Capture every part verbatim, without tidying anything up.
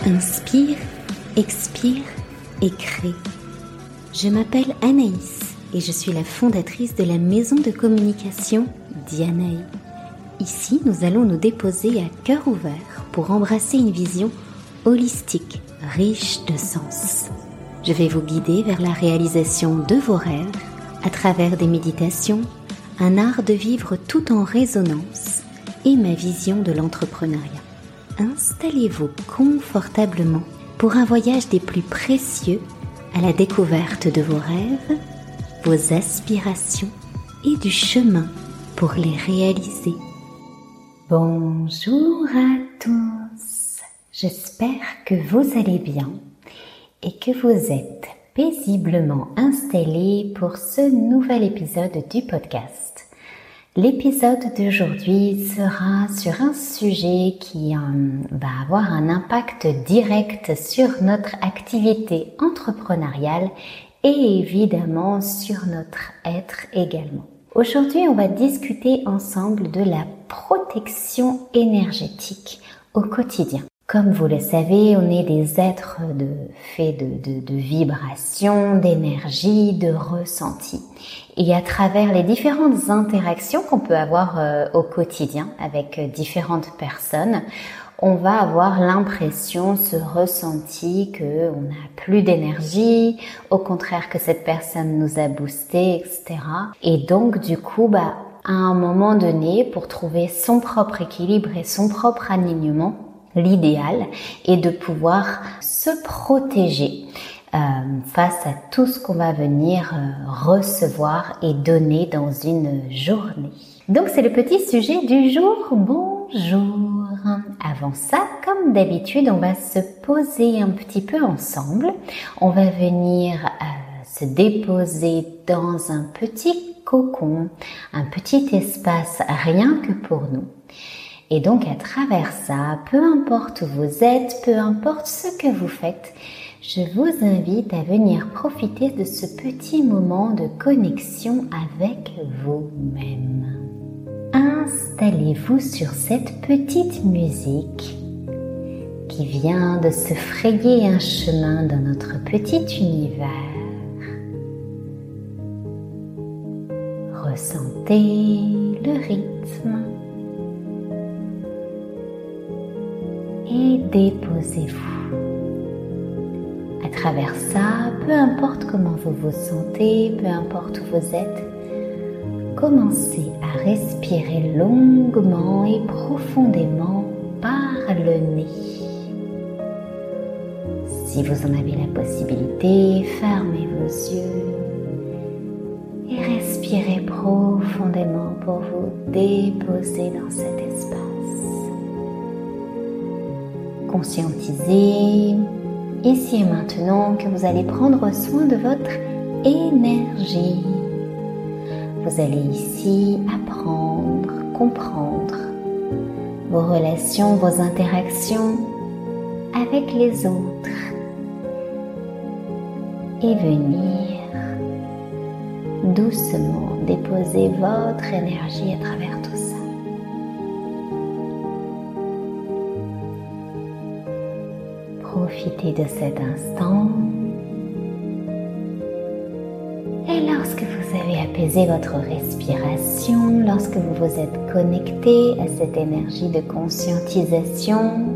Inspire, expire et crée. Je m'appelle Anaïs et je suis la fondatrice de la maison de communication Dianaï. Ici, nous allons nous déposer à cœur ouvert pour embrasser une vision holistique, riche de sens. Je vais vous guider vers la réalisation de vos rêves à travers des méditations, un art de vivre tout en résonance et ma vision de l'entrepreneuriat. Installez-vous confortablement pour un voyage des plus précieux à la découverte de vos rêves, vos aspirations et du chemin pour les réaliser. Bonjour à tous, j'espère que vous allez bien et que vous êtes paisiblement installés pour ce nouvel épisode du podcast. L'épisode d'aujourd'hui sera sur un sujet qui euh, va avoir un impact direct sur notre activité entrepreneuriale et évidemment sur notre être également. Aujourd'hui, on va discuter ensemble de la protection énergétique au quotidien. Comme vous le savez, on est des êtres de, faits de, de, de vibrations, d'énergie, de ressenti. Et à travers les différentes interactions qu'on peut avoir euh, au quotidien avec euh, différentes personnes, on va avoir l'impression, ce ressenti qu'on n'a plus d'énergie, au contraire que cette personne nous a boosté, et cetera. Et donc du coup, bah, à un moment donné, pour trouver son propre équilibre et son propre alignement, l'idéal est de pouvoir se protéger euh, face à tout ce qu'on va venir euh, recevoir et donner dans une journée. Donc c'est le petit sujet du jour. Bonjour. Avant ça, comme d'habitude, on va se poser un petit peu ensemble. On va venir euh, se déposer dans un petit cocon, un petit espace rien que pour nous. Et donc à travers ça, peu importe où vous êtes, peu importe ce que vous faites, je vous invite à venir profiter de ce petit moment de connexion avec vous-même. Installez-vous sur cette petite musique qui vient de se frayer un chemin dans notre petit univers. Ressentez le rythme. Et déposez-vous. À travers ça, peu importe comment vous vous sentez, peu importe où vous êtes, commencez à respirer longuement et profondément par le nez. Si vous en avez la possibilité, fermez vos yeux et respirez profondément pour vous déposer dans cet espace. Conscientisez ici et maintenant que vous allez prendre soin de votre énergie. Vous allez ici apprendre, comprendre vos relations, vos interactions avec les autres et venir doucement déposer votre énergie à travers tout ça. Profitez de cet instant et lorsque vous avez apaisé votre respiration, lorsque vous vous êtes connecté à cette énergie de conscientisation,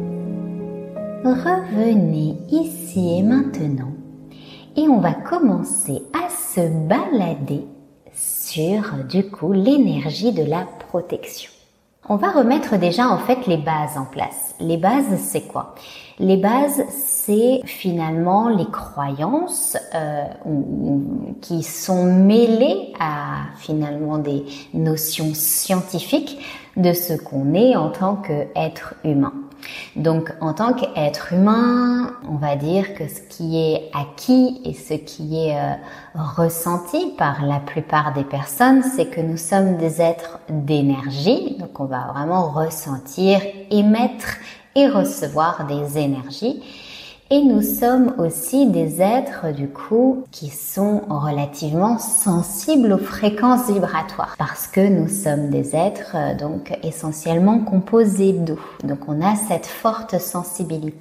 revenez ici et maintenant et on va commencer à se balader sur du coup l'énergie de la protection. On va remettre déjà en fait les bases en place. Les bases, c'est quoi? Les bases, c'est finalement les croyances euh, qui sont mêlées à finalement des notions scientifiques de ce qu'on est en tant qu'être humain. Donc, en tant qu'être humain, on va dire que ce qui est acquis et ce qui est euh, ressenti par la plupart des personnes, c'est que nous sommes des êtres d'énergie. Donc, on va vraiment ressentir, émettre et recevoir des énergies. Et nous sommes aussi des êtres, du coup, qui sont relativement sensibles aux fréquences vibratoires. Parce que nous sommes des êtres, donc, essentiellement composés d'eau. Donc, on a cette forte sensibilité.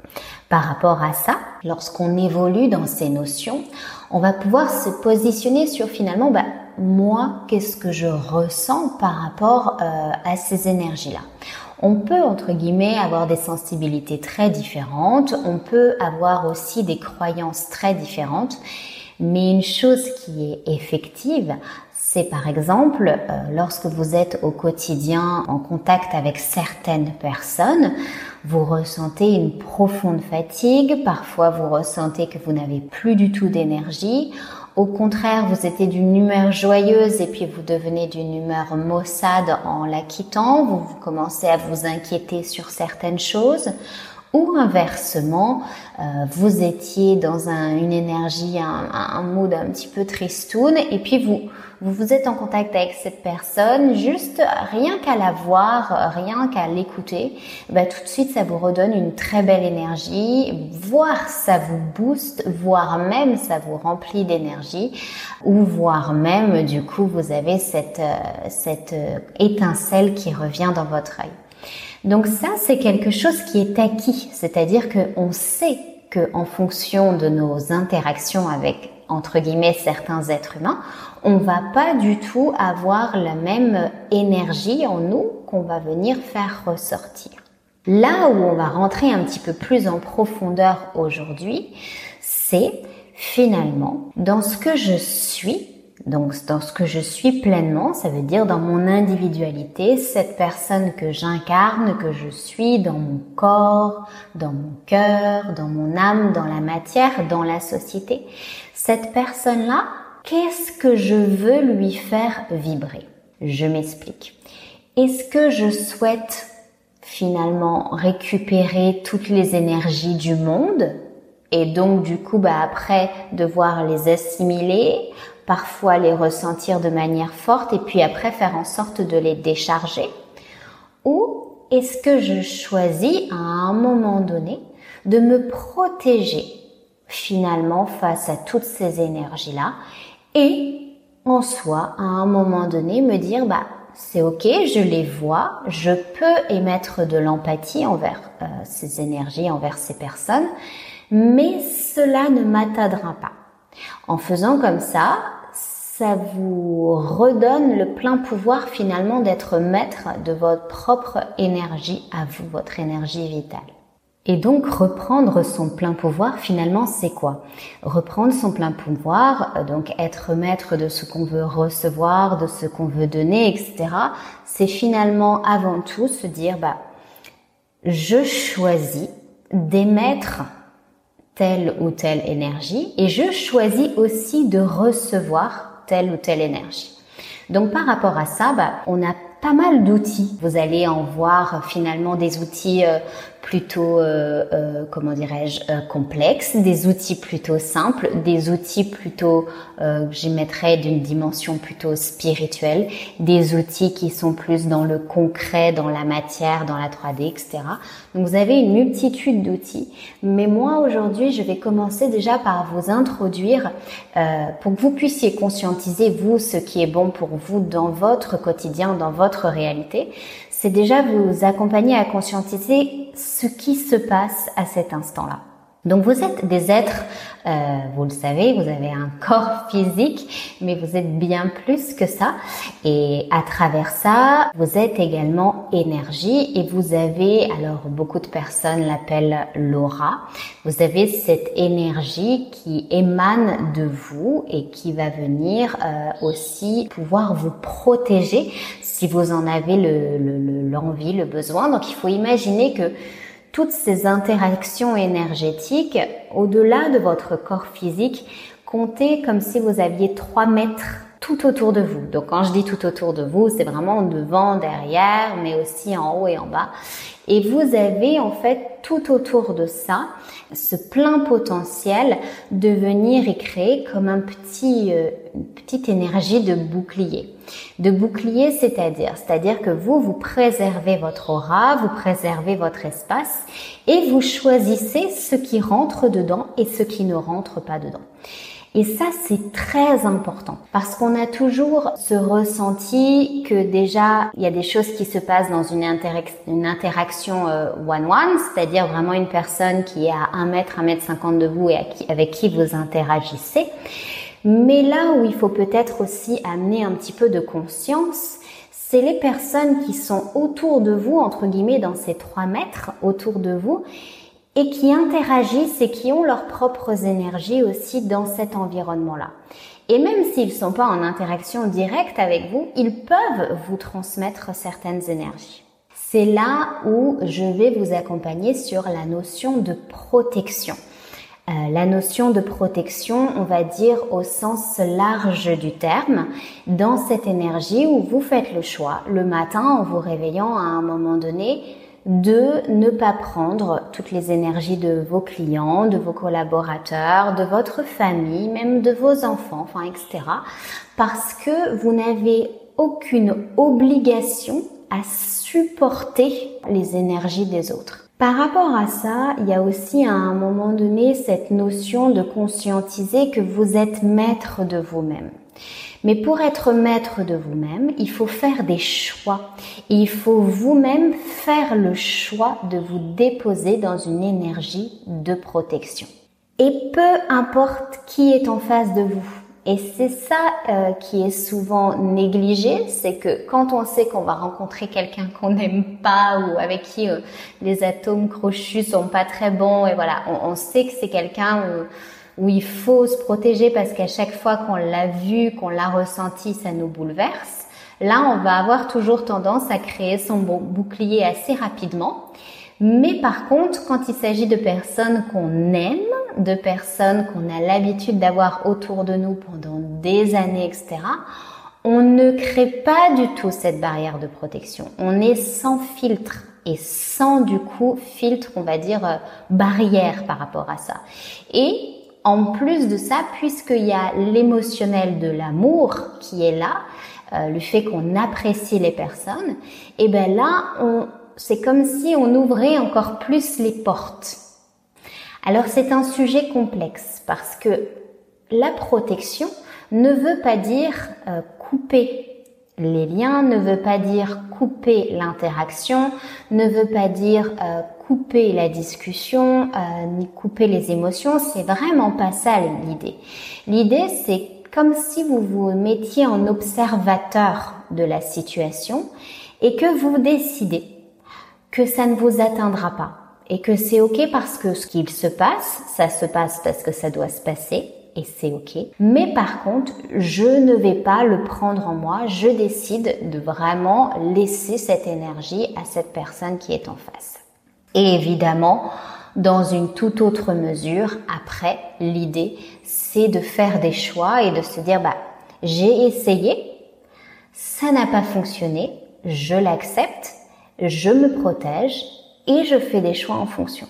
Par rapport à ça, lorsqu'on évolue dans ces notions, on va pouvoir se positionner sur finalement, bah, moi, qu'est-ce que je ressens par rapport euh, à ces énergies-là. On peut, entre guillemets, avoir des sensibilités très différentes, on peut avoir aussi des croyances très différentes, mais une chose qui est effective, c'est par exemple, euh, lorsque vous êtes au quotidien en contact avec certaines personnes, vous ressentez une profonde fatigue, parfois vous ressentez que vous n'avez plus du tout d'énergie. Au contraire, vous étiez d'une humeur joyeuse et puis vous devenez d'une humeur maussade en la quittant, vous, vous commencez à vous inquiéter sur certaines choses. Ou inversement, euh, vous étiez dans un, une énergie, un, un mood un petit peu tristoun et puis vous, vous vous êtes en contact avec cette personne, juste rien qu'à la voir, rien qu'à l'écouter, bah, tout de suite ça vous redonne une très belle énergie, voire ça vous booste, voire même ça vous remplit d'énergie, ou voire même du coup vous avez cette, euh, cette euh, étincelle qui revient dans votre œil. Donc ça, c'est quelque chose qui est acquis, c'est-à-dire qu'on sait qu'en fonction de nos interactions avec, entre guillemets, certains êtres humains, on va pas du tout avoir la même énergie en nous qu'on va venir faire ressortir. Là où on va rentrer un petit peu plus en profondeur aujourd'hui, c'est finalement dans ce que je suis. Donc, dans ce que je suis pleinement, ça veut dire dans mon individualité, cette personne que j'incarne, que je suis dans mon corps, dans mon cœur, dans mon âme, dans la matière, dans la société. Cette personne-là, qu'est-ce que je veux lui faire vibrer? Je m'explique. Est-ce que je souhaite finalement récupérer toutes les énergies du monde et donc du coup, bah, après devoir les assimiler, parfois les ressentir de manière forte et puis après faire en sorte de les décharger? Ou est-ce que je choisis à un moment donné de me protéger finalement face à toutes ces énergies-là et en soi, à un moment donné, me dire bah c'est ok, je les vois, je peux émettre de l'empathie envers euh, ces énergies, envers ces personnes, mais cela ne m'atteindra pas. En faisant comme ça, ça vous redonne le plein pouvoir finalement d'être maître de votre propre énergie à vous, votre énergie vitale. Et donc reprendre son plein pouvoir finalement c'est quoi? Reprendre son plein pouvoir, donc être maître de ce qu'on veut recevoir, de ce qu'on veut donner, et cetera. C'est finalement avant tout se dire bah je choisis d'émettre telle ou telle énergie et je choisis aussi de recevoir telle ou telle énergie. Donc par rapport à ça, bah, on a pas mal d'outils. Vous allez en voir finalement des outils euh, plutôt, euh, euh, comment dirais-je, euh, complexes, des outils plutôt simples, des outils plutôt, euh, j'y mettrais d'une dimension plutôt spirituelle, des outils qui sont plus dans le concret, dans la matière, dans la trois D, et cetera. Donc vous avez une multitude d'outils. Mais moi aujourd'hui, je vais commencer déjà par vous introduire euh, pour que vous puissiez conscientiser vous ce qui est bon pour vous dans votre quotidien, dans votre réalité. C'est déjà vous accompagner à conscientiser ce qui se passe à cet instant-là. Donc vous êtes des êtres, euh, vous le savez, vous avez un corps physique, mais vous êtes bien plus que ça. Et à travers ça, vous êtes également énergie et vous avez, alors beaucoup de personnes l'appellent l'aura, vous avez cette énergie qui émane de vous et qui va venir euh, aussi pouvoir vous protéger si vous en avez le, le, l'envie, le besoin. Donc il faut imaginer que toutes ces interactions énergétiques, au-delà de votre corps physique, comptez comme si vous aviez trois mètres tout autour de vous. Donc quand je dis tout autour de vous, c'est vraiment devant, derrière, mais aussi en haut et en bas. Et vous avez en fait tout autour de ça, ce plein potentiel de venir y créer comme un petit, euh, une petite énergie de bouclier. De bouclier, c'est-à-dire, c'est-à-dire que vous, vous préservez votre aura, vous préservez votre espace et vous choisissez ce qui rentre dedans et ce qui ne rentre pas dedans. Et ça, c'est très important parce qu'on a toujours ce ressenti que déjà, il y a des choses qui se passent dans une, interac- une interaction euh, one-one, c'est-à-dire vraiment une personne qui est à un mètre, un mètre cinquante de vous et à qui, avec qui vous interagissez. Mais là où il faut peut-être aussi amener un petit peu de conscience, c'est les personnes qui sont autour de vous, entre guillemets, dans ces trois mètres autour de vous, et qui interagissent et qui ont leurs propres énergies aussi dans cet environnement-là. Et même s'ils ne sont pas en interaction directe avec vous, ils peuvent vous transmettre certaines énergies. C'est là où je vais vous accompagner sur la notion de protection. Euh, la notion de protection, on va dire au sens large du terme, dans cette énergie où vous faites le choix, le matin en vous réveillant à un moment donné, de ne pas prendre toutes les énergies de vos clients, de vos collaborateurs, de votre famille, même de vos enfants, enfin, et cetera. Parce que vous n'avez aucune obligation à supporter les énergies des autres. Par rapport à ça, il y a aussi à un moment donné cette notion de conscientiser que vous êtes maître de vous-même. Mais pour être maître de vous-même, il faut faire des choix. Et il faut vous-même faire le choix de vous déposer dans une énergie de protection. Et peu importe qui est en face de vous. Et c'est ça euh, qui est souvent négligé, c'est que quand on sait qu'on va rencontrer quelqu'un qu'on n'aime pas ou avec qui euh, les atomes crochus sont pas très bons, et voilà, on, on sait que c'est quelqu'un où, où il faut se protéger parce qu'à chaque fois qu'on l'a vu, qu'on l'a ressenti, ça nous bouleverse. Là, on va avoir toujours tendance à créer son bouclier assez rapidement. Mais par contre, quand il s'agit de personnes qu'on aime, de personnes qu'on a l'habitude d'avoir autour de nous pendant des années, et cetera, on ne crée pas du tout cette barrière de protection. On est sans filtre et sans du coup filtre, on va dire, euh, barrière par rapport à ça. Et en plus de ça, puisqu'il y a l'émotionnel de l'amour qui est là, euh, le fait qu'on apprécie les personnes, et ben là, on, c'est comme si on ouvrait encore plus les portes. Alors c'est un sujet complexe parce que la protection ne veut pas dire euh, couper les liens, ne veut pas dire couper l'interaction, ne veut pas dire euh, couper la discussion, euh, ni couper les émotions. C'est vraiment pas ça l'idée. L'idée c'est comme si vous vous mettiez en observateur de la situation et que vous décidez que ça ne vous atteindra pas. Et que c'est ok parce que ce qu'il se passe, ça se passe parce que ça doit se passer et c'est ok. Mais par contre, je ne vais pas le prendre en moi, je décide de vraiment laisser cette énergie à cette personne qui est en face. Et évidemment, dans une toute autre mesure, après, l'idée, c'est de faire des choix et de se dire, bah, j'ai essayé, ça n'a pas fonctionné, je l'accepte, je me protège, et je fais des choix en fonction.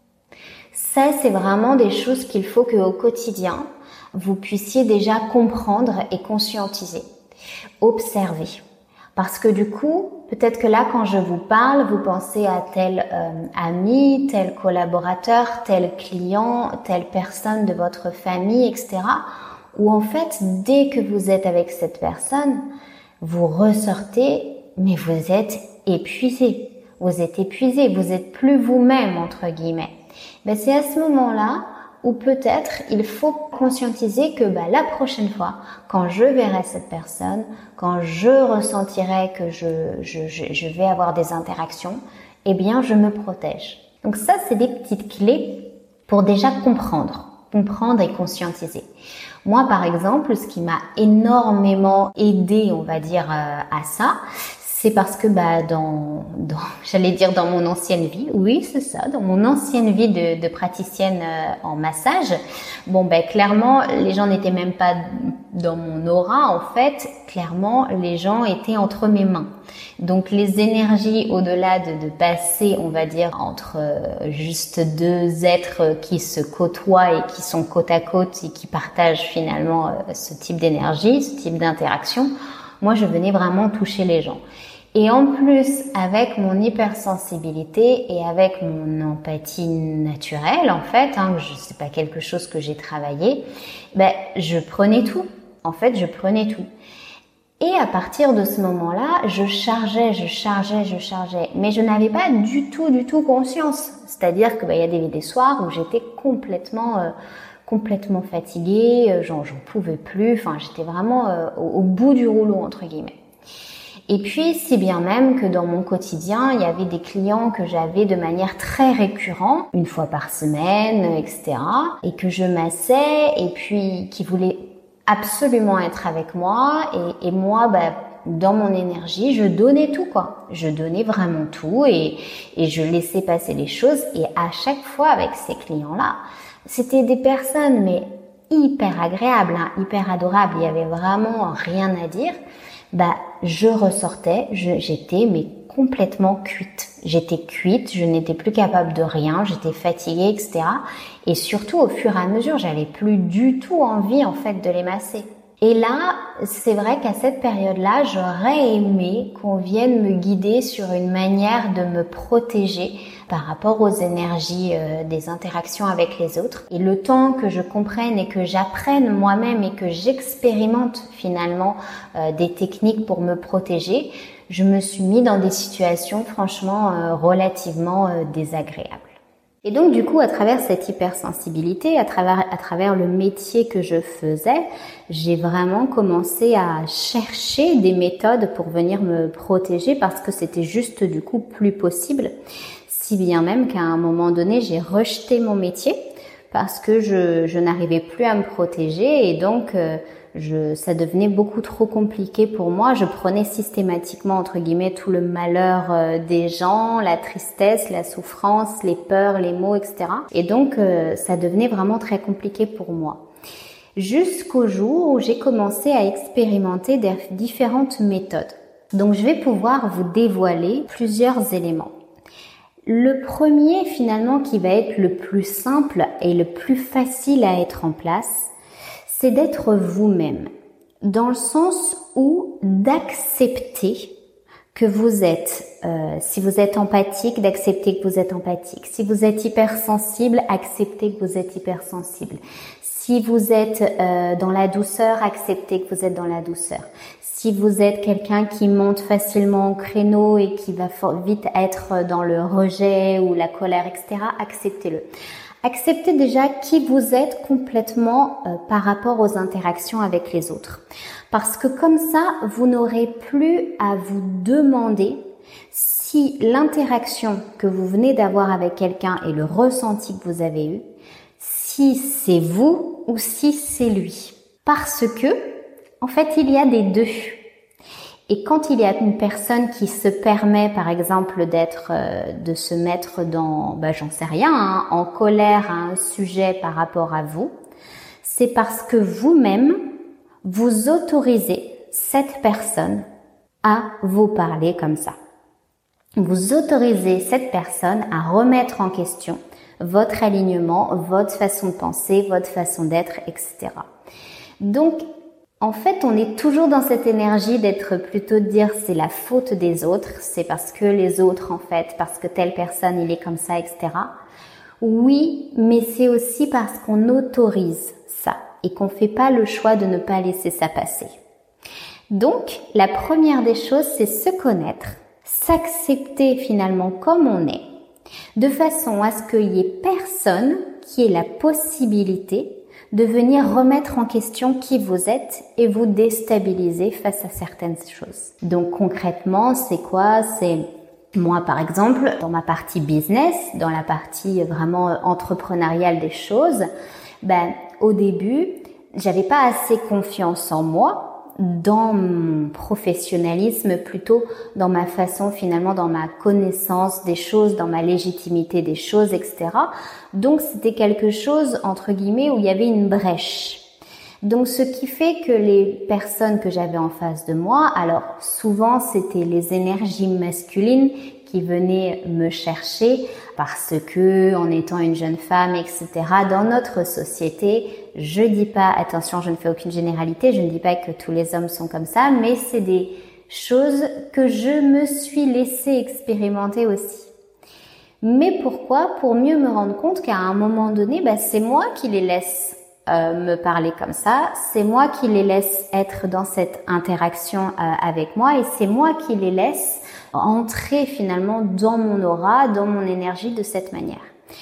Ça, c'est vraiment des choses qu'il faut qu'au quotidien, vous puissiez déjà comprendre et conscientiser. Observer. Parce que du coup, peut-être que là, quand je vous parle, vous pensez à tel euh, ami, tel collaborateur, tel client, telle personne de votre famille, et cetera. Où en fait, dès que vous êtes avec cette personne, vous ressortez, mais vous êtes épuisé. Vous êtes épuisé, vous êtes plus vous-même, entre guillemets. Ben, c'est à ce moment-là où peut-être il faut conscientiser que ben, la prochaine fois, quand je verrai cette personne, quand je ressentirai que je, je, je, je vais avoir des interactions, eh bien, je me protège. Donc ça, c'est des petites clés pour déjà comprendre, comprendre et conscientiser. Moi, par exemple, ce qui m'a énormément aidé, on va dire, euh, à ça, c'est parce que bah dans, dans j'allais dire dans mon ancienne vie, oui c'est ça, dans mon ancienne vie de, de praticienne euh, en massage, bon ben clairement les gens n'étaient même pas dans mon aura en fait, clairement les gens étaient entre mes mains. Donc les énergies au-delà de, de passer, on va dire entre euh, juste deux êtres qui se côtoient et qui sont côte à côte et qui partagent finalement euh, ce type d'énergie, ce type d'interaction. Moi, je venais vraiment toucher les gens. Et en plus, avec mon hypersensibilité et avec mon empathie naturelle, en fait, hein, je sais pas quelque chose que j'ai travaillé, ben, je prenais tout. En fait, je prenais tout. Et à partir de ce moment-là, je chargeais, je chargeais, je chargeais. Mais je n'avais pas du tout, du tout conscience. C'est-à-dire que, ben, il y a des, des soirs où j'étais complètement, euh, complètement fatiguée, euh, j'en, j'en pouvais plus. Enfin, j'étais vraiment euh, au, au bout du rouleau, entre guillemets. Et puis, si bien même que dans mon quotidien, il y avait des clients que j'avais de manière très récurrente, une fois par semaine, et cetera, et que je massais, et puis qui voulaient absolument être avec moi, et, et moi, bah, dans mon énergie, je donnais tout, quoi. Je donnais vraiment tout, et, et je laissais passer les choses, et à chaque fois avec ces clients-là, c'était des personnes, mais hyper agréables, hein, hyper adorables, il y avait vraiment rien à dire. Bah, je ressortais, je, j'étais mais complètement cuite. J'étais cuite, je n'étais plus capable de rien, j'étais fatiguée, et cetera. Et surtout, au fur et à mesure, j'avais plus du tout envie, en fait, de les masser. Et là, c'est vrai qu'à cette période-là, j'aurais aimé qu'on vienne me guider sur une manière de me protéger par rapport aux énergies euh, des interactions avec les autres. Et le temps que je comprenne et que j'apprenne moi-même et que j'expérimente finalement euh, des techniques pour me protéger, je me suis mis dans des situations franchement euh, relativement euh, désagréables. Et donc du coup, à travers cette hypersensibilité, à travers, à travers le métier que je faisais, j'ai vraiment commencé à chercher des méthodes pour venir me protéger parce que c'était juste du coup plus possible. Si bien même qu'à un moment donné, j'ai rejeté mon métier parce que je, je n'arrivais plus à me protéger et donc euh, je, ça devenait beaucoup trop compliqué pour moi. Je prenais systématiquement, entre guillemets, tout le malheur euh, des gens, la tristesse, la souffrance, les peurs, les maux, et cetera. Et donc, euh, ça devenait vraiment très compliqué pour moi. Jusqu'au jour où j'ai commencé à expérimenter des différentes méthodes. Donc, je vais pouvoir vous dévoiler plusieurs éléments. Le premier, finalement, qui va être le plus simple et le plus facile à être en place, c'est d'être vous-même, dans le sens où d'accepter que vous êtes, euh, si vous êtes empathique, d'accepter que vous êtes empathique. Si vous êtes hypersensible, acceptez que vous êtes hypersensible. Si vous êtes euh, dans la douceur, acceptez que vous êtes dans la douceur. Si vous êtes quelqu'un qui monte facilement au créneau et qui va vite être dans le rejet ou la colère, et cetera, acceptez-le. Acceptez déjà qui vous êtes complètement euh, par rapport aux interactions avec les autres. Parce que comme ça, vous n'aurez plus à vous demander si l'interaction que vous venez d'avoir avec quelqu'un et le ressenti que vous avez eu, si c'est vous ou si c'est lui. Parce que, en fait, il y a des deux. Et quand il y a une personne qui se permet, par exemple, d'être, euh, de se mettre dans, bah, j'en sais rien, hein, en colère à un sujet par rapport à vous, c'est parce que vous-même, vous autorisez cette personne à vous parler comme ça. Vous autorisez cette personne à remettre en question votre alignement, votre façon de penser, votre façon d'être, et cetera. Donc, en fait, on est toujours dans cette énergie d'être plutôt de dire c'est la faute des autres, c'est parce que les autres, en fait, parce que telle personne, il est comme ça, et cetera. Oui, mais c'est aussi parce qu'on autorise ça et qu'on fait pas le choix de ne pas laisser ça passer. Donc, la première des choses, c'est se connaître, s'accepter finalement comme on est, de façon à ce qu'il y ait personne qui ait la possibilité de venir remettre en question qui vous êtes et vous déstabiliser face à certaines choses. Donc concrètement, c'est quoi? C'est moi par exemple, dans ma partie business, dans la partie vraiment entrepreneuriale des choses, ben au début, j'avais pas assez confiance en moi, dans mon professionnalisme, plutôt dans ma façon finalement, dans ma connaissance des choses, dans ma légitimité des choses, et cetera. Donc c'était quelque chose entre guillemets où il y avait une brèche. Donc ce qui fait que les personnes que j'avais en face de moi, alors souvent c'était les énergies masculines qui venaient me chercher parce que en étant une jeune femme, et cetera. Dans notre société, je dis pas, attention, je ne fais aucune généralité, je ne dis pas que tous les hommes sont comme ça, mais c'est des chose que je me suis laissée expérimenter aussi. Mais pourquoi? Pour mieux me rendre compte qu'à un moment donné, bah, c'est moi qui les laisse euh, me parler comme ça, c'est moi qui les laisse être dans cette interaction euh, avec moi et c'est moi qui les laisse entrer finalement dans mon aura, dans mon énergie de cette manière.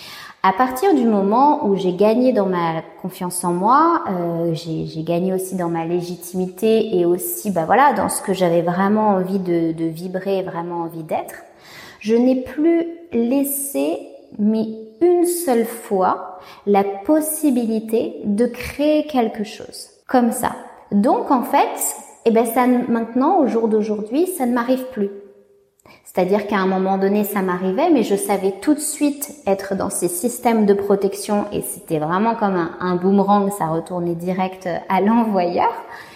À partir du moment où j'ai gagné dans ma confiance en moi, euh, j'ai, j'ai gagné aussi dans ma légitimité et aussi, bah voilà, dans ce que j'avais vraiment envie de, de vibrer, vraiment envie d'être, je n'ai plus laissé, mais une seule fois, la possibilité de créer quelque chose comme ça. Donc en fait, eh ben ça maintenant, au jour d'aujourd'hui, ça ne m'arrive plus. C'est-à-dire qu'à un moment donné, ça m'arrivait, mais je savais tout de suite être dans ces systèmes de protection et c'était vraiment comme un, un boomerang, ça retournait direct à l'envoyeur.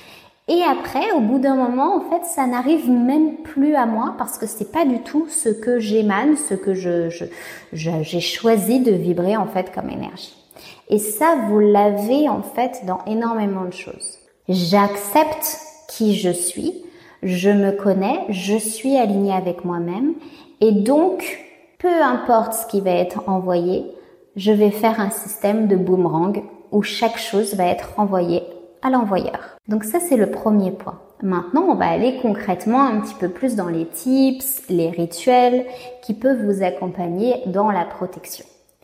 Et après, au bout d'un moment, en fait, ça n'arrive même plus à moi parce que c'est pas du tout ce que j'émane, ce que je, je, je, j'ai choisi de vibrer en fait comme énergie. Et ça, vous l'avez en fait dans énormément de choses. J'accepte qui je suis. Je me connais, je suis alignée avec moi-même et donc, peu importe ce qui va être envoyé, je vais faire un système de boomerang où chaque chose va être envoyée à l'envoyeur. Donc ça, c'est le premier point. Maintenant, on va aller concrètement un petit peu plus dans les tips, les rituels qui peuvent vous accompagner dans la protection.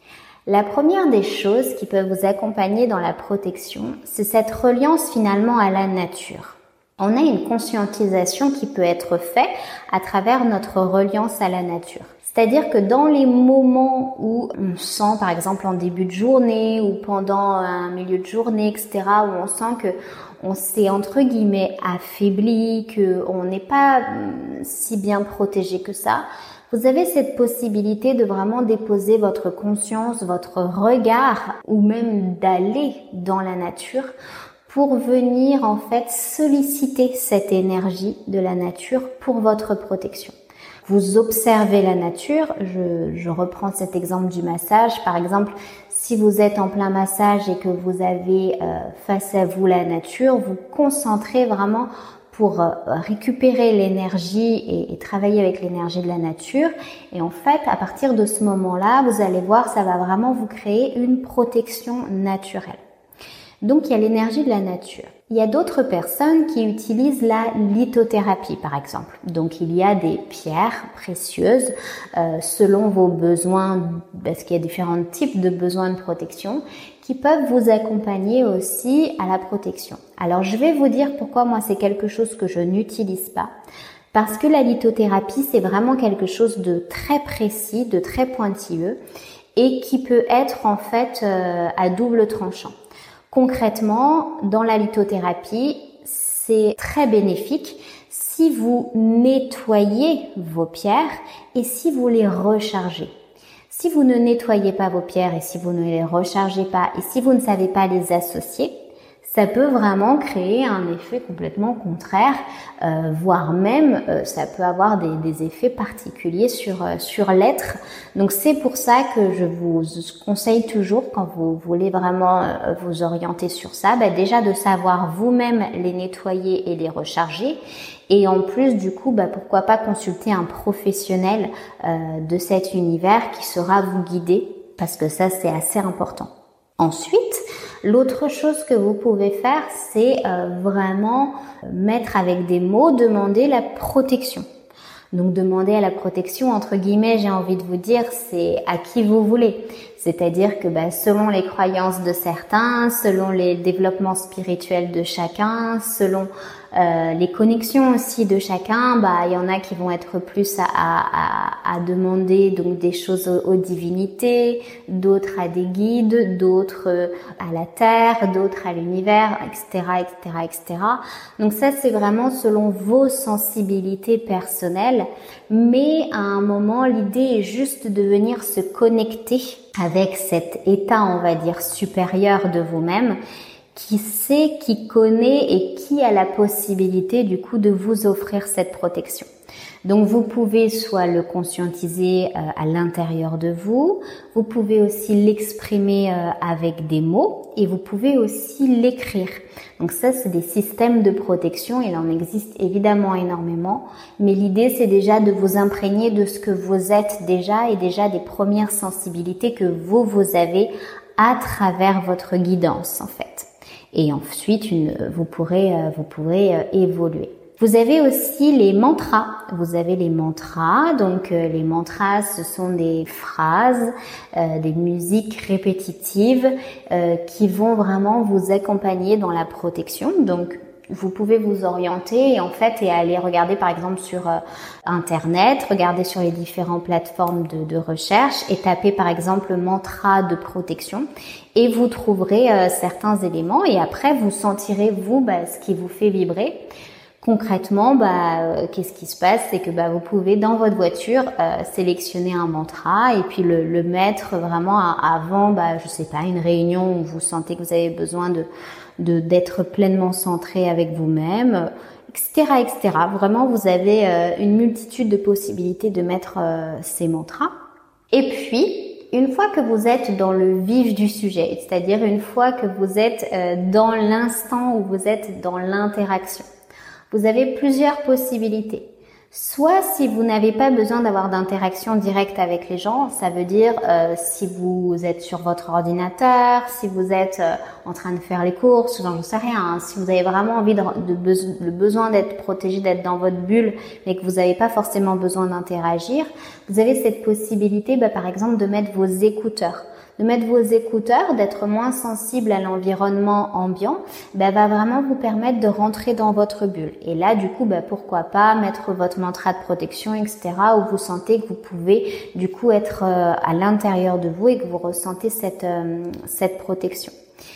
La première des choses qui peuvent vous accompagner dans la protection, c'est cette reliance finalement à la nature. On a une conscientisation qui peut être faite à travers notre reliance à la nature. C'est-à-dire que dans les moments où on sent, par exemple en début de journée ou pendant un milieu de journée, et cetera, où on sent que on s'est entre guillemets affaibli, qu'on n'est pas si bien protégé que ça, vous avez cette possibilité de vraiment déposer votre conscience, votre regard ou même d'aller dans la nature pour venir en fait solliciter cette énergie de la nature pour votre protection. Vous observez la nature, je, je reprends cet exemple du massage. Par exemple, si vous êtes en plein massage et que vous avez euh, face à vous la nature, vous concentrez vraiment pour euh, récupérer l'énergie et, et travailler avec l'énergie de la nature. Et en fait, à partir de ce moment-là, vous allez voir, ça va vraiment vous créer une protection naturelle. Donc, il y a l'énergie de la nature. Il y a d'autres personnes qui utilisent la lithothérapie, par exemple. Donc, il y a des pierres précieuses euh, selon vos besoins, parce qu'il y a différents types de besoins de protection qui peuvent vous accompagner aussi à la protection. Alors, je vais vous dire pourquoi moi, c'est quelque chose que je n'utilise pas. Parce que la lithothérapie, c'est vraiment quelque chose de très précis, de très pointilleux et qui peut être en fait euh, à double tranchant. Concrètement, dans la lithothérapie, c'est très bénéfique si vous nettoyez vos pierres et si vous les rechargez. Si vous ne nettoyez pas vos pierres et si vous ne les rechargez pas et si vous ne savez pas les associer, ça peut vraiment créer un effet complètement contraire, euh, voire même euh, ça peut avoir des, des effets particuliers sur euh, sur l'être. Donc c'est pour ça que je vous conseille toujours, quand vous voulez vraiment euh, vous orienter sur ça, bah déjà de savoir vous-même les nettoyer et les recharger. Et en plus, du coup, bah pourquoi pas consulter un professionnel euh, de cet univers qui saura vous guider, parce que ça c'est assez important. Ensuite, l'autre chose que vous pouvez faire, c'est euh, vraiment mettre avec des mots, demander la protection. Donc demander à la protection, entre guillemets, j'ai envie de vous dire, c'est à qui vous voulez. C'est-à-dire que bah, selon les croyances de certains, selon les développements spirituels de chacun, selon euh, les connexions aussi de chacun, bah il y en a qui vont être plus à, à, à demander donc des choses aux, aux divinités, d'autres à des guides, d'autres à la terre, d'autres à l'univers, et cetera, et cetera, et cetera. Donc ça c'est vraiment selon vos sensibilités personnelles, mais à un moment l'idée est juste de venir se connecter avec cet état, on va dire, supérieur de vous-même, qui sait, qui connaît et qui a la possibilité du coup de vous offrir cette protection. Donc vous pouvez soit le conscientiser euh, à l'intérieur de vous, vous pouvez aussi l'exprimer euh, avec des mots et vous pouvez aussi l'écrire. Donc ça, c'est des systèmes de protection, il en existe évidemment énormément, mais l'idée c'est déjà de vous imprégner de ce que vous êtes déjà et déjà des premières sensibilités que vous, vous avez à travers votre guidance en fait. Et ensuite, une, vous pourrez, euh, vous pourrez euh, évoluer. Vous avez aussi les mantras. Vous avez les mantras. Donc euh, les mantras, ce sont des phrases, euh, des musiques répétitives euh, qui vont vraiment vous accompagner dans la protection. Donc vous pouvez vous orienter et en fait et aller regarder par exemple sur euh, internet, regarder sur les différentes plateformes de, de recherche et taper par exemple mantra de protection et vous trouverez euh, certains éléments et après vous sentirez vous bah, ce qui vous fait vibrer. Concrètement, bah, euh, qu'est-ce qui se passe, c'est que bah, vous pouvez dans votre voiture euh, sélectionner un mantra et puis le, le mettre vraiment à, avant, bah, je sais pas, une réunion où vous sentez que vous avez besoin de, de d'être pleinement centré avec vous-même, et cetera, et cetera. Vraiment, vous avez euh, une multitude de possibilités de mettre euh, ces mantras. Et puis, une fois que vous êtes dans le vif du sujet, c'est-à-dire une fois que vous êtes euh, dans l'instant où vous êtes dans l'interaction, vous avez plusieurs possibilités. Soit si vous n'avez pas besoin d'avoir d'interaction directe avec les gens, ça veut dire euh, si vous êtes sur votre ordinateur, si vous êtes euh, en train de faire les courses, j'en sais rien, hein, si vous avez vraiment envie de, de be- le besoin d'être protégé, d'être dans votre bulle, mais que vous n'avez pas forcément besoin d'interagir, vous avez cette possibilité, bah, par exemple, de mettre vos écouteurs. De mettre vos écouteurs, d'être moins sensible à l'environnement ambiant, bah, va vraiment vous permettre de rentrer dans votre bulle. Et là, du coup, bah, pourquoi pas mettre votre mantra de protection, et cetera, où vous sentez que vous pouvez, du coup, être euh, à l'intérieur de vous et que vous ressentez cette, euh, cette protection.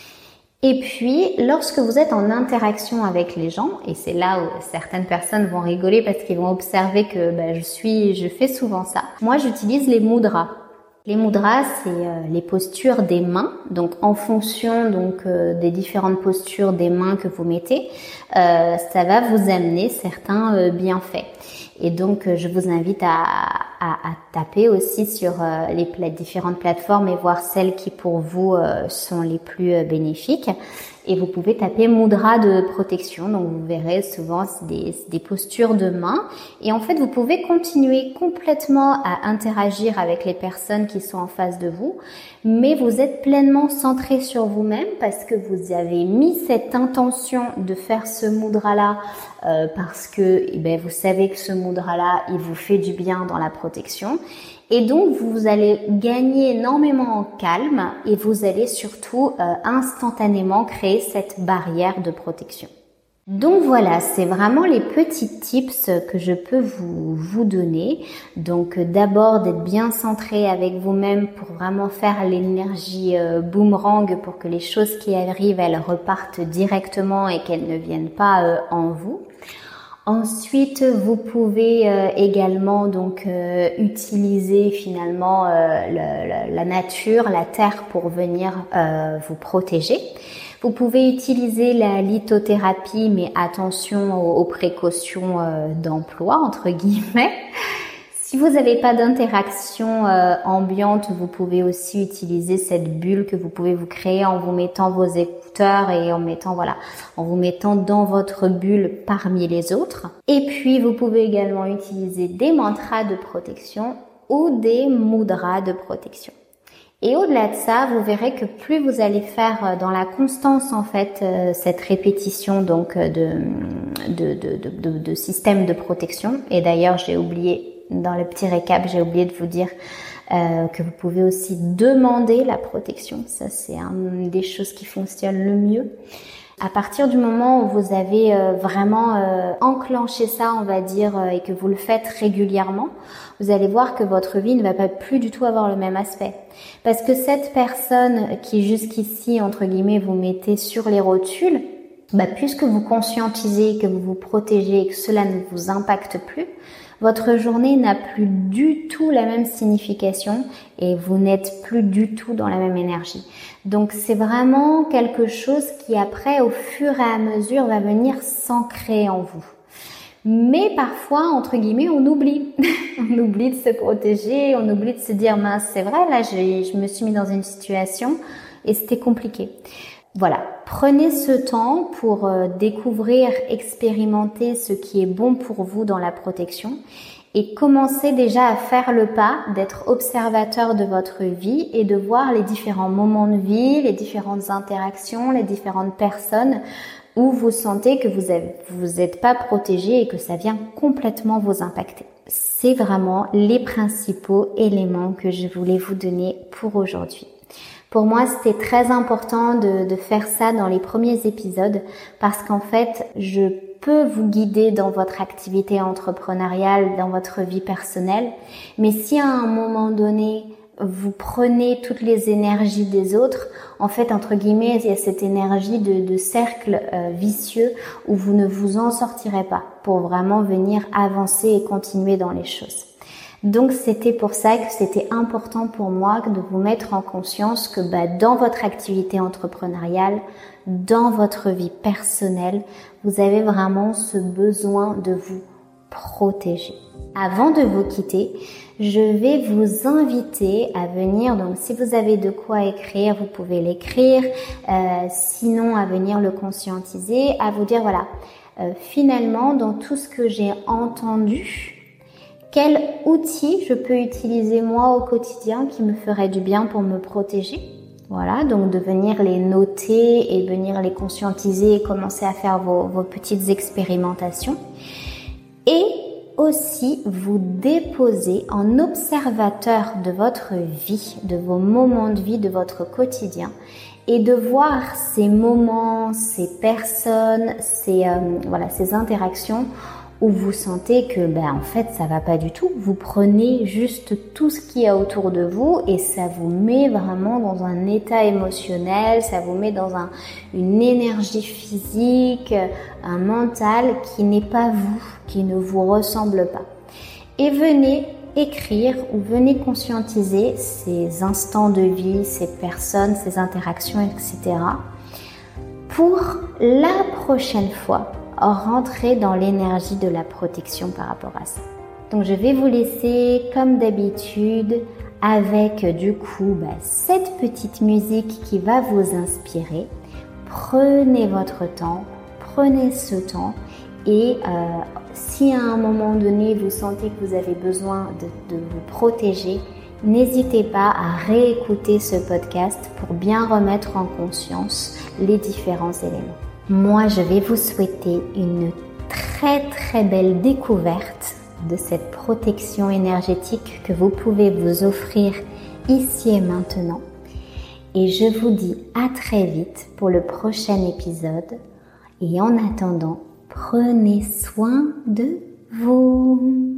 Et puis, lorsque vous êtes en interaction avec les gens, et c'est là où certaines personnes vont rigoler parce qu'ils vont observer que bah, je suis, je fais souvent ça. Moi, j'utilise les mudras. Les mudras, c'est euh, les postures des mains. Donc, en fonction donc euh, des différentes postures des mains que vous mettez, euh, ça va vous amener certains euh, bienfaits. Et donc, euh, je vous invite à, à, à taper aussi sur euh, les pla- différentes plateformes et voir celles qui pour vous euh, sont les plus euh, bénéfiques. Et vous pouvez taper mudra de protection. Donc, vous verrez souvent c'est des, c'est des postures de main. Et en fait, vous pouvez continuer complètement à interagir avec les personnes qui sont en face de vous. Mais vous êtes pleinement centré sur vous-même parce que vous avez mis cette intention de faire ce mudra-là euh, parce que eh ben, vous savez que ce mudra-là, il vous fait du bien dans la protection. Et donc, vous allez gagner énormément en calme et vous allez surtout euh, instantanément créer cette barrière de protection. Donc voilà, c'est vraiment les petits tips que je peux vous, vous donner. Donc d'abord d'être bien centré avec vous-même pour vraiment faire l'énergie euh, boomerang pour que les choses qui arrivent, elles repartent directement et qu'elles ne viennent pas euh, en vous. Ensuite, vous pouvez euh, également donc euh, utiliser finalement euh, le, le, la nature, la terre pour venir euh, vous protéger. Vous pouvez utiliser la lithothérapie, mais attention aux, aux précautions euh, d'emploi entre guillemets. Si vous n'avez pas d'interaction euh, ambiante, vous pouvez aussi utiliser cette bulle que vous pouvez vous créer en vous mettant vos écouteurs et en mettant voilà, en vous mettant dans votre bulle parmi les autres. Et puis vous pouvez également utiliser des mantras de protection ou des mudras de protection. Et au-delà de ça, vous verrez que plus vous allez faire dans la constance en fait euh, cette répétition donc de de de de, de, de système de protection. Et d'ailleurs, j'ai oublié dans le petit récap, j'ai oublié de vous dire euh, que vous pouvez aussi demander la protection. Ça, c'est une des choses qui fonctionne le mieux. À partir du moment où vous avez euh, vraiment euh, enclenché ça, on va dire, euh, et que vous le faites régulièrement, vous allez voir que votre vie ne va pas plus du tout avoir le même aspect. Parce que cette personne qui jusqu'ici, entre guillemets, vous mettez sur les rotules, bah, puisque vous conscientisez, que vous vous protégez et que cela ne vous impacte plus, votre journée n'a plus du tout la même signification et vous n'êtes plus du tout dans la même énergie. Donc c'est vraiment quelque chose qui après, au fur et à mesure, va venir s'ancrer en vous. Mais parfois, entre guillemets, on oublie. On oublie de se protéger, on oublie de se dire, mince, c'est vrai, là, je, je me suis mis dans une situation et c'était compliqué. Voilà, prenez ce temps pour euh, découvrir, expérimenter ce qui est bon pour vous dans la protection et commencez déjà à faire le pas d'être observateur de votre vie et de voir les différents moments de vie, les différentes interactions, les différentes personnes où vous sentez que vous avez, vous n'êtes pas protégé et que ça vient complètement vous impacter. C'est vraiment les principaux éléments que je voulais vous donner pour aujourd'hui. Pour moi, c'était très important de, de faire ça dans les premiers épisodes parce qu'en fait, je peux vous guider dans votre activité entrepreneuriale, dans votre vie personnelle. Mais si à un moment donné, vous prenez toutes les énergies des autres, en fait, entre guillemets, il y a cette énergie de, de cercle euh, vicieux où vous ne vous en sortirez pas pour vraiment venir avancer et continuer dans les choses. Donc, c'était pour ça que c'était important pour moi de vous mettre en conscience que bah, dans votre activité entrepreneuriale, dans votre vie personnelle, vous avez vraiment ce besoin de vous protéger. Avant de vous quitter, je vais vous inviter à venir, donc si vous avez de quoi écrire, vous pouvez l'écrire, euh, sinon à venir le conscientiser, à vous dire voilà, euh, finalement dans tout ce que j'ai entendu, quel outil je peux utiliser moi au quotidien qui me ferait du bien pour me protéger? Voilà, donc de venir les noter et venir les conscientiser et commencer à faire vos, vos petites expérimentations. Et aussi vous déposer en observateur de votre vie, de vos moments de vie, de votre quotidien et de voir ces moments, ces personnes, ces, euh, voilà, ces interactions où vous sentez que ben en fait ça va pas du tout. Vous prenez juste tout ce qu'il y a autour de vous et ça vous met vraiment dans un état émotionnel, ça vous met dans un, une énergie physique, un mental qui n'est pas vous, qui ne vous ressemble pas. Et venez écrire ou venez conscientiser ces instants de vie, ces personnes, ces interactions, et cetera. Pour la prochaine fois, rentrer dans l'énergie de la protection par rapport à ça. Donc je vais vous laisser comme d'habitude avec du coup bah, cette petite musique qui va vous inspirer. Prenez votre temps, prenez ce temps et euh, si à un moment donné vous sentez que vous avez besoin de, de vous protéger, n'hésitez pas à réécouter ce podcast pour bien remettre en conscience les différents éléments. Moi, je vais vous souhaiter une très très belle découverte de cette protection énergétique que vous pouvez vous offrir ici et maintenant. Et je vous dis à très vite pour le prochain épisode. Et en attendant, prenez soin de vous.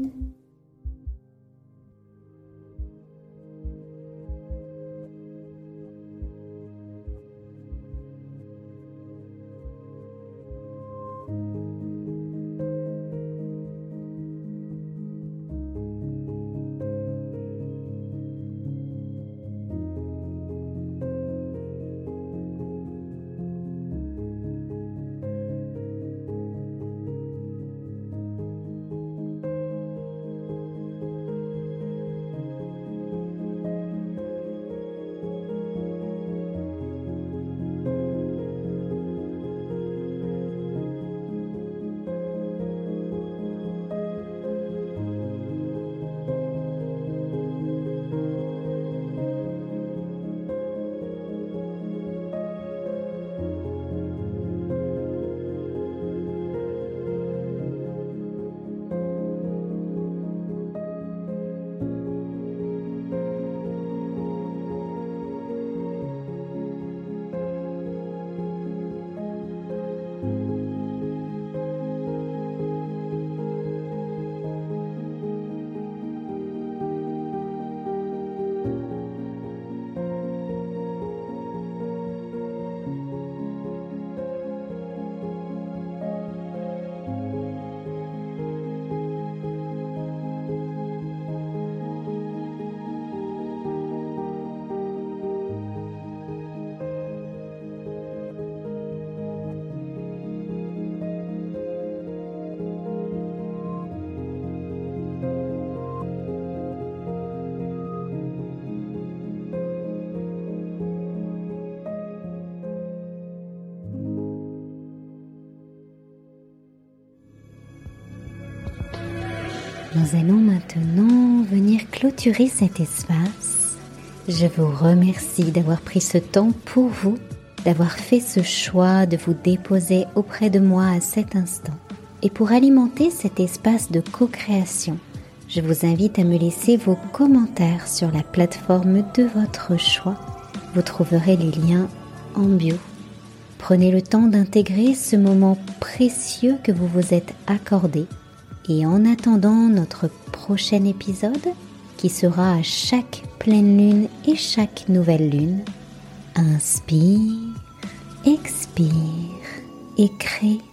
Nous allons maintenant venir clôturer cet espace. Je vous remercie d'avoir pris ce temps pour vous, d'avoir fait ce choix de vous déposer auprès de moi à cet instant. Et pour alimenter cet espace de co-création, je vous invite à me laisser vos commentaires sur la plateforme de votre choix. Vous trouverez les liens en bio. Prenez le temps d'intégrer ce moment précieux que vous vous êtes accordé. Et en attendant notre prochain épisode, qui sera à chaque pleine lune et chaque nouvelle lune, inspire, expire et crée